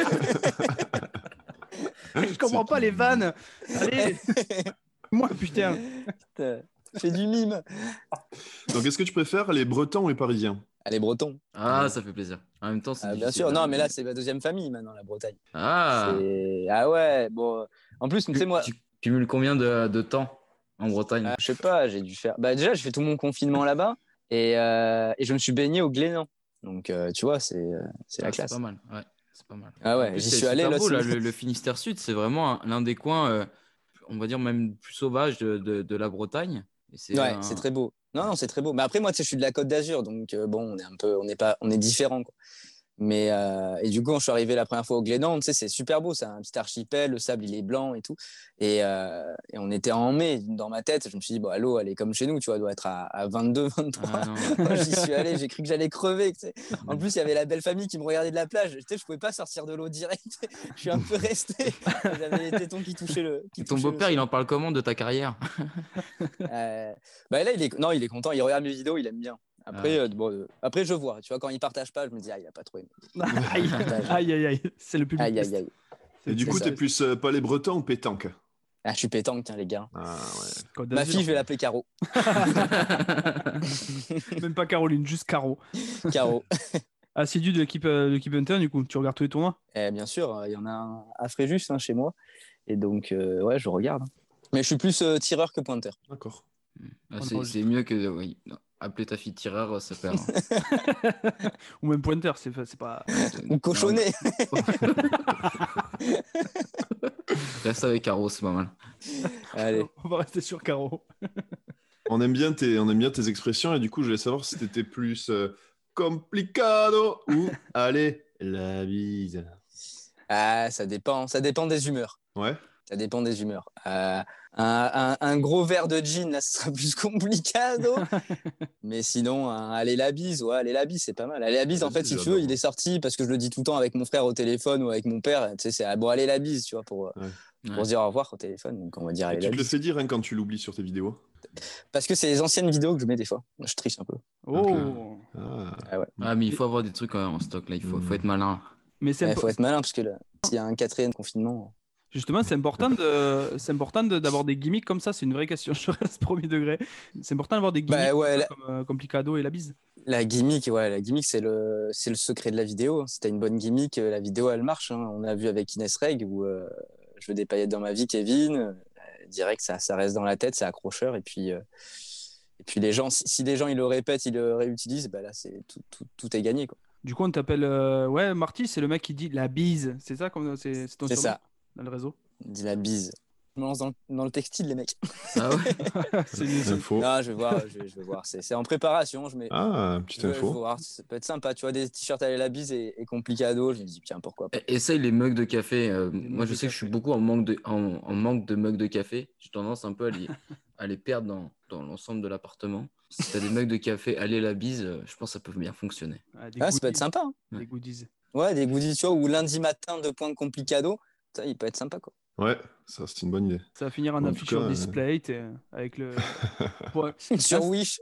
Je comprends pas les vannes. Allez, moi putain. Fais du mime. Donc, est-ce que tu préfères les Bretons ou les Parisiens? Les Bretons. Ah, ça fait plaisir. En même temps, c'est Bien difficile. sûr. Non, mais là, c'est ma deuxième famille maintenant, la Bretagne. Ah, Ah ouais. Bon, en plus, tu sais, moi, tu cumules combien de temps en Bretagne? je sais pas, j'ai dû faire. Déjà, j'ai fait tout mon confinement là-bas et je me suis baigné au Glénan. Donc, tu vois, c'est la classe. C'est pas mal. Ouais, c'est pas mal. Ah En ouais, plus, j'y c'est suis allé. super Là, beau, là, le Finistère Sud, c'est vraiment l'un des coins, on va dire même plus sauvages de la Bretagne. Et Ouais, c'est très beau. Non, c'est très beau. Mais après, moi, tu sais, je suis de la Côte d'Azur, donc bon, on est différent, quoi. Et du coup, quand je suis arrivé la première fois au Glénan, tu sais, c'est super beau, c'est un petit archipel, le sable il est blanc et tout. Et on était en mai, dans ma tête, je me suis dit, bon, l'eau elle est comme chez nous, tu vois, elle doit être à 22, 23. Ah, non. Quand j'y suis allé, j'ai cru que j'allais crever. Tu sais. En plus, il y avait la belle famille qui me regardait de la plage. Tu sais, je pouvais pas sortir de l'eau direct. Je suis un peu resté. J'avais les tétons qui touchaient le. Et ton beau-père, il en parle comment de ta carrière? Bah là, il est content, il regarde mes vidéos, il aime bien. Après, après, je vois, tu vois, quand il partage pas, je me dis, il a pas trop aimé. Aïe, c'est le public. Aïe. Et du coup, t'es plus palais breton ou pétanque? Ah, je suis pétanque, tiens, les gars. Ah ouais. Côte Ma d'Azur. fille, je vais l'appeler Caro. Même pas Caroline, juste Caro. Caro. Assidu de l'équipe interne, du coup, tu regardes tous les tournois? Bien sûr, il y en a un à Fréjus chez moi. Et donc, ouais, je regarde. Mais je suis plus tireur que pointeur. D'accord. Ah, c'est mieux que. Oui. Non. Appeler ta fille tireur, ça perd. Ou même pointeur, c'est pas. Ou cochonnet. Reste avec Caro, c'est pas mal. Allez. On va rester sur Caro. On aime bien tes expressions et du coup, je voulais savoir si t'étais plus complicado ou allez, la bise. Ah, ça dépend des humeurs. Ouais. Ça dépend des humeurs. Un gros verre de gin, là, ce sera plus complicado. Mais sinon, allez la bise, c'est pas mal. Allez la bise, en fait, si tu veux, il est sorti parce que je le dis tout le temps avec mon frère au téléphone ou avec mon père. Tu sais, c'est bon, allez la bise, tu vois, pour se dire au revoir au téléphone. Donc, on va dire allez la bise. Tu te le fais dire quand tu l'oublies sur tes vidéos? Parce que c'est les anciennes vidéos que je mets des fois. Je triche un peu. Oh. Ouais. Ah, mais il faut avoir des trucs en stock, là. Il faut être malin. Mais faut être malin parce que là, s'il y a un 4e confinement. Justement, c'est important d'avoir des gimmicks comme ça. C'est une vraie question. Je reste premier degré. C'est important d'avoir des gimmicks comme Complicado et la bise. La gimmick, c'est le secret de la vidéo. Si t'as une bonne gimmick, la vidéo elle marche. Hein. On a vu avec Inès Reg où je veux des paillettes dans ma vie, Kevin. Direct, ça reste dans la tête, c'est accrocheur. Et puis les gens, si les gens ils le répètent, ils le réutilisent, bah là c'est tout est gagné quoi. Du coup, on t'appelle Marty, c'est le mec qui dit la bise. C'est ça comme c'est ton surnom ça. Dans le réseau. Il dit la bise. Je me lance dans le textile, les mecs. Ah ouais. C'est une info. Non, je vais voir. C'est en préparation. Petite info. Je vais voir. Ça peut être sympa. Tu vois, des t-shirts à la bise et complicado. Je me dis, tiens, pourquoi pas. Essaye les mugs de café. Moi, je sais que je suis beaucoup en manque de mugs de café. J'ai tendance un peu à les perdre dans l'ensemble de l'appartement. Si t'as des mugs de café, allez la bise, je pense que ça peut bien fonctionner. Ça peut être sympa. Hein. Des goodies. Ouais, des goodies, tu vois, ou lundi matin, 2 points de complicado. Ça, il peut être sympa, quoi. Ouais, ça, c'est une bonne idée. Ça va finir en affiche sur display avec le. Sur Wish.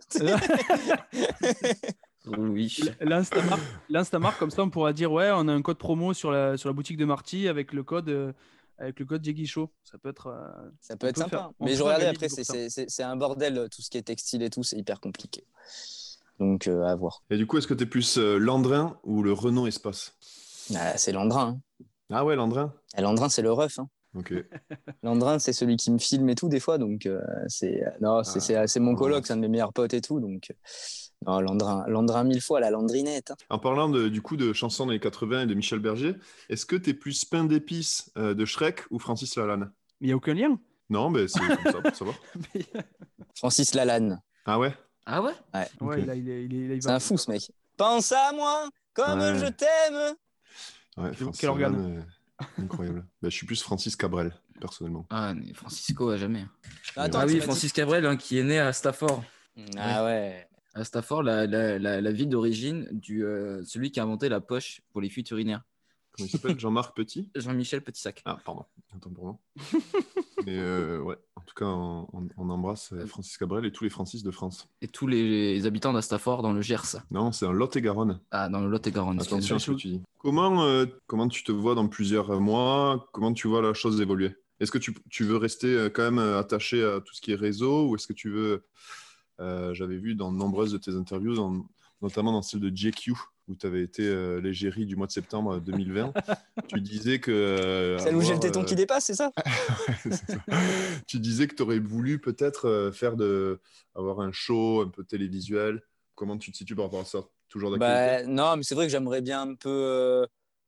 L'Instamart, comme ça, on pourra dire ouais, on a un code promo sur la boutique de Marty avec le code Jeggy Show. Ça peut être sympa. Mais je regardais après, c'est un bordel, tout ce qui est textile et tout, c'est hyper compliqué. Donc, à voir. Et du coup, est-ce que t'es plus Landrin ou le Renault Espace? C'est Landrin. Hein. Ah ouais, Landrin. Landrin, c'est le ref. Hein. Ok. Landrin, c'est celui qui me filme et tout, des fois. Donc, c'est mon coloc, c'est un de mes meilleurs potes et tout. Donc, non, Landrin 1000 fois, la Landrinette. Hein. En parlant du coup de chansons des 80 et de Michel Berger, est-ce que t'es plus pain d'épices de Shrek ou Francis Lalanne? Il n'y a aucun lien. Non, mais c'est comme ça pour savoir. Francis Lalanne. Ah ouais? Ah ouais? Ouais. Ouais, Okay. là, il c'est un fou, ce mec. Pense à moi comme je t'aime. Ouais, Francis quel organe Lalanne, incroyable. Je suis plus Francis Cabrel, personnellement. Ah, mais Francisco à jamais. Attends, oui, Francis Cabrel, qui est né à Stafford. Ah ouais. À Stafford, la ville d'origine celui qui a inventé la poche pour les fuites urinaires. Comment il s'appelle? Jean-Marc Petit? Jean-Michel Petit-Sac. Ah, pardon. Attends pour moi. Mais ouais, en tout cas, on embrasse Francis Cabrel et tous les Francis de France. Et tous les habitants d'Astafford dans le Gers. Non, c'est en Lot-et-Garonne. Ah, dans le Lot-et-Garonne. Attention à ce que tu dis. Comment tu te vois dans plusieurs mois? Comment tu vois la chose évoluer? Est-ce que tu veux rester quand même attaché à tout ce qui est réseau ou est-ce que tu veux... j'avais vu dans nombreuses de tes interviews, notamment dans celle de JQ, où tu avais été l'égérie du mois de septembre 2020. Tu disais que... Celle où j'ai le téton qui dépasse, c'est ça? C'est ça. Tu disais que tu aurais voulu peut-être avoir un show un peu télévisuel. Comment tu te situes par rapport à ça? Toujours d'actualité? Non, mais c'est vrai que j'aimerais bien un peu...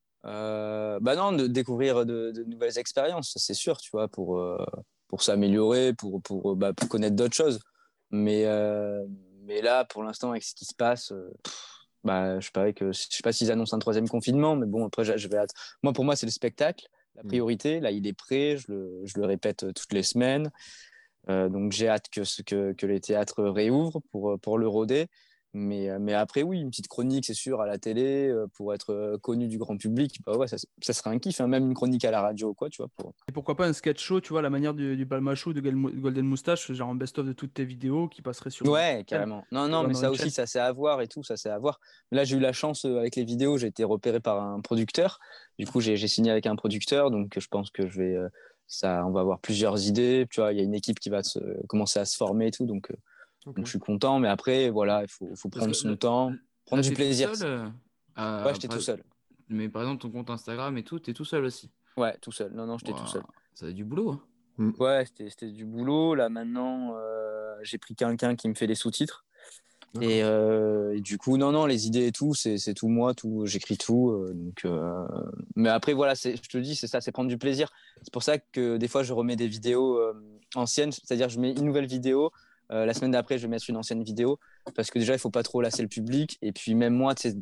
de découvrir de nouvelles expériences, ça, c'est sûr, tu vois, pour s'améliorer, pour connaître d'autres choses. Mais là, pour l'instant, avec ce qui se passe... je sais pas s'ils annoncent un troisième confinement, mais bon, après, je vais moi, pour moi, c'est le spectacle, la priorité. Là, il est prêt, je le répète toutes les semaines. Donc, j'ai hâte que les théâtres réouvrent pour le rôder. Mais après, oui, une petite chronique, c'est sûr, à la télé, pour être connu du grand public, ouais, ça serait un kiff, hein, même une chronique à la radio, quoi, tu vois. Et pourquoi pas un sketch show, tu vois, à la manière du Palmachou, de Golden Moustache, genre un best-of de toutes tes vidéos qui passerait sur. Ouais, carrément. Non, mais ça aussi, ça c'est à voir et tout, ça c'est à voir. Là, j'ai eu la chance avec les vidéos, j'ai été repéré par un producteur. Du coup, j'ai signé avec un producteur, donc je pense que on va avoir plusieurs idées. Tu vois, il y a une équipe qui va commencer à se former et tout, donc je suis content. Mais après, voilà, il faut prendre son temps, prendre du plaisir. Tout seul, ouais, j'étais tout seul. Mais par exemple, ton compte Instagram et tout, t'es tout seul aussi. Ouais, tout seul. Non, j'étais tout seul. Ça a du boulot. Hein. Ouais, c'était du boulot. Là, maintenant, j'ai pris quelqu'un qui me fait les sous-titres. Et du coup, non, les idées et tout, c'est tout moi, j'écris tout. Mais après, voilà, je te dis, c'est ça, c'est prendre du plaisir. C'est pour ça que des fois, je remets des vidéos anciennes, c'est-à-dire je mets une nouvelle vidéo. La semaine d'après, je vais mettre une ancienne vidéo parce que déjà, il faut pas trop lasser le public. Et puis, même moi, si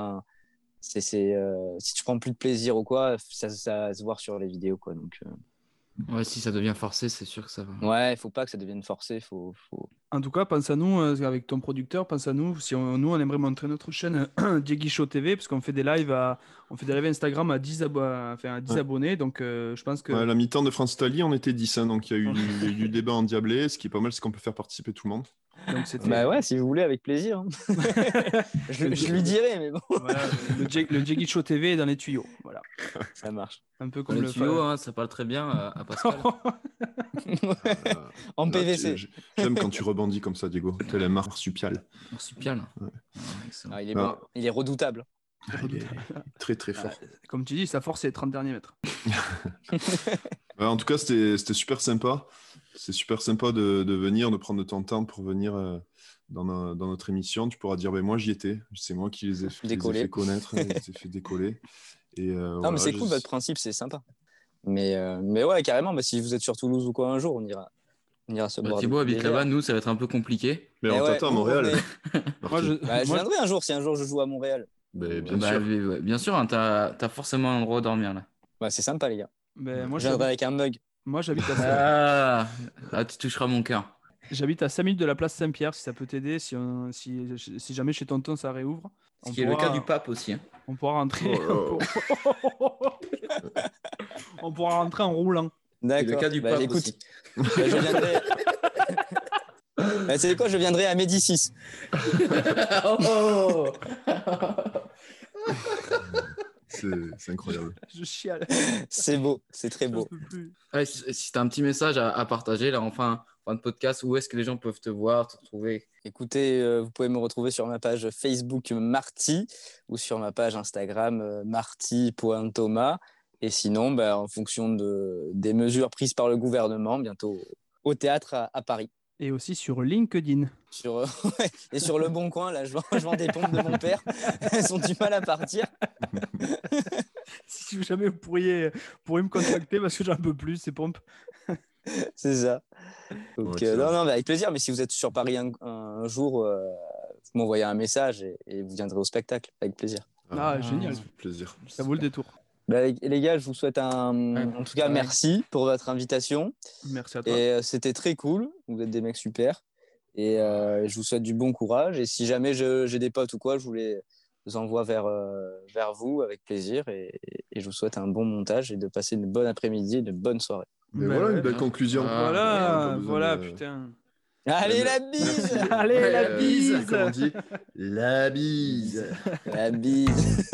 tu prends plus de plaisir ou quoi, ça va se voir sur les vidéos, quoi. Donc, ouais, si ça devient forcé, c'est sûr que ça va. Ouais, il faut pas que ça devienne forcé. En tout cas, pense à nous, avec ton producteur, pense à nous. Si on aimerait montrer notre chaîne Diegui Show TV, parce qu'on fait des lives Instagram à 10 abonnés. Donc, je pense que. Ouais, la mi-temps de France-Italie, on était 10. Hein, donc, il y a eu du débat endiablé. Ce qui est pas mal, c'est qu'on peut faire participer tout le monde. Donc, bah ouais, si vous voulez, avec plaisir. Hein. je lui dirai, mais bon. Voilà, le Diegui Show TV est dans les tuyaux. Voilà. Ça marche. Un peu comme les tuyaux, hein, ça parle très bien à Pascal. En PVC. J'aime quand tu rebondis comme ça, Diego. Tel un marsupial. Marsupial. Ouais. Il est bon. Il est redoutable. Il est très très fort. Comme tu dis, sa force c'est les 30 derniers mètres. En tout cas, c'était super sympa. C'est super sympa de venir, de prendre de ton temps pour venir dans notre émission. Tu pourras dire, moi j'y étais. C'est moi qui les ai fait connaître, les ai fait décoller. Et, mais c'est cool, votre principe, c'est sympa. Mais ouais, carrément, si vous êtes sur Toulouse ou quoi un jour, on ira se boire. Thibaut habite là-bas, nous ça va être un peu compliqué. Mais on t'attend à Montréal. Moi, je viendrai un jour si un jour je joue à Montréal. Bien sûr, hein, t'as forcément un endroit où dormir là. C'est sympa, les gars. Moi, je viendrai avec un mug. Moi, j'habite à tu toucheras mon cœur. J'habite à 5 minutes de la place Saint-Pierre, si ça peut t'aider, si jamais chez tonton ça réouvre. Ce qui est le cas du pape aussi. Hein. On pourra rentrer. On pourra rentrer en roulant. D'accord. C'est le cas du pape aussi. Je viendrai. C'est quoi, je viendrai à Médicis. C'est incroyable. Je chiale. C'est beau, c'est très beau. Ouais, si tu as un petit message à partager là, enfin de podcast, où est-ce que les gens peuvent te voir, te retrouver? Écoutez, vous pouvez me retrouver sur ma page Facebook Marty ou sur ma page Instagram marty.thomas. Et sinon, en fonction des mesures prises par le gouvernement, bientôt au théâtre à Paris. Et aussi sur LinkedIn. Et sur Le Bon Coin, là, je vends des pompes de mon père. Elles ont du mal à partir. Si jamais vous pourriez me contacter parce que j'en peux plus, ces pompes. C'est ça. Donc, non, avec plaisir. Mais si vous êtes sur Paris un jour, vous m'envoyez un message et vous viendrez au spectacle. Avec plaisir. Génial. Plaisir. Ça vaut le détour. Les gars, je vous souhaite en tout cas, merci pour votre invitation. Merci à toi. Et c'était très cool. Vous êtes des mecs super. Et je vous souhaite du bon courage. Et si jamais j'ai des potes ou quoi, je vous les envoie vers vous avec plaisir. Et je vous souhaite un bon montage et de passer une bonne après-midi et une bonne soirée. Mais voilà, une belle conclusion. Voilà, putain. Allez, la bise. Allez, la bise. Comment on dit ? La bise. La bise.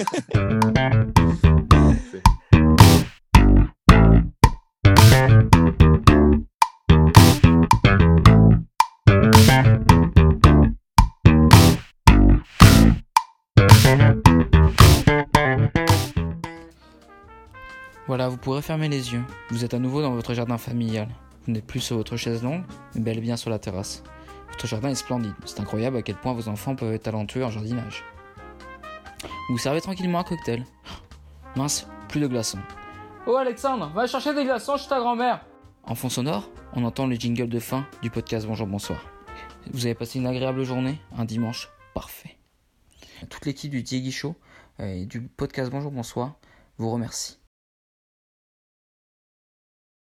Voilà, vous pourrez fermer les yeux. Vous êtes à nouveau dans votre jardin familial. Vous n'êtes plus sur votre chaise longue, mais bel et bien sur la terrasse. Votre jardin est splendide. C'est incroyable à quel point vos enfants peuvent être talentueux en jardinage. Vous servez tranquillement un cocktail. Mince, plus de glaçons. Oh Alexandre, va chercher des glaçons chez ta grand-mère. En fond sonore, on entend le jingle de fin du podcast Bonjour Bonsoir. Vous avez passé une agréable journée, un dimanche parfait. Toute l'équipe du Diegui Show et du podcast Bonjour Bonsoir vous remercie.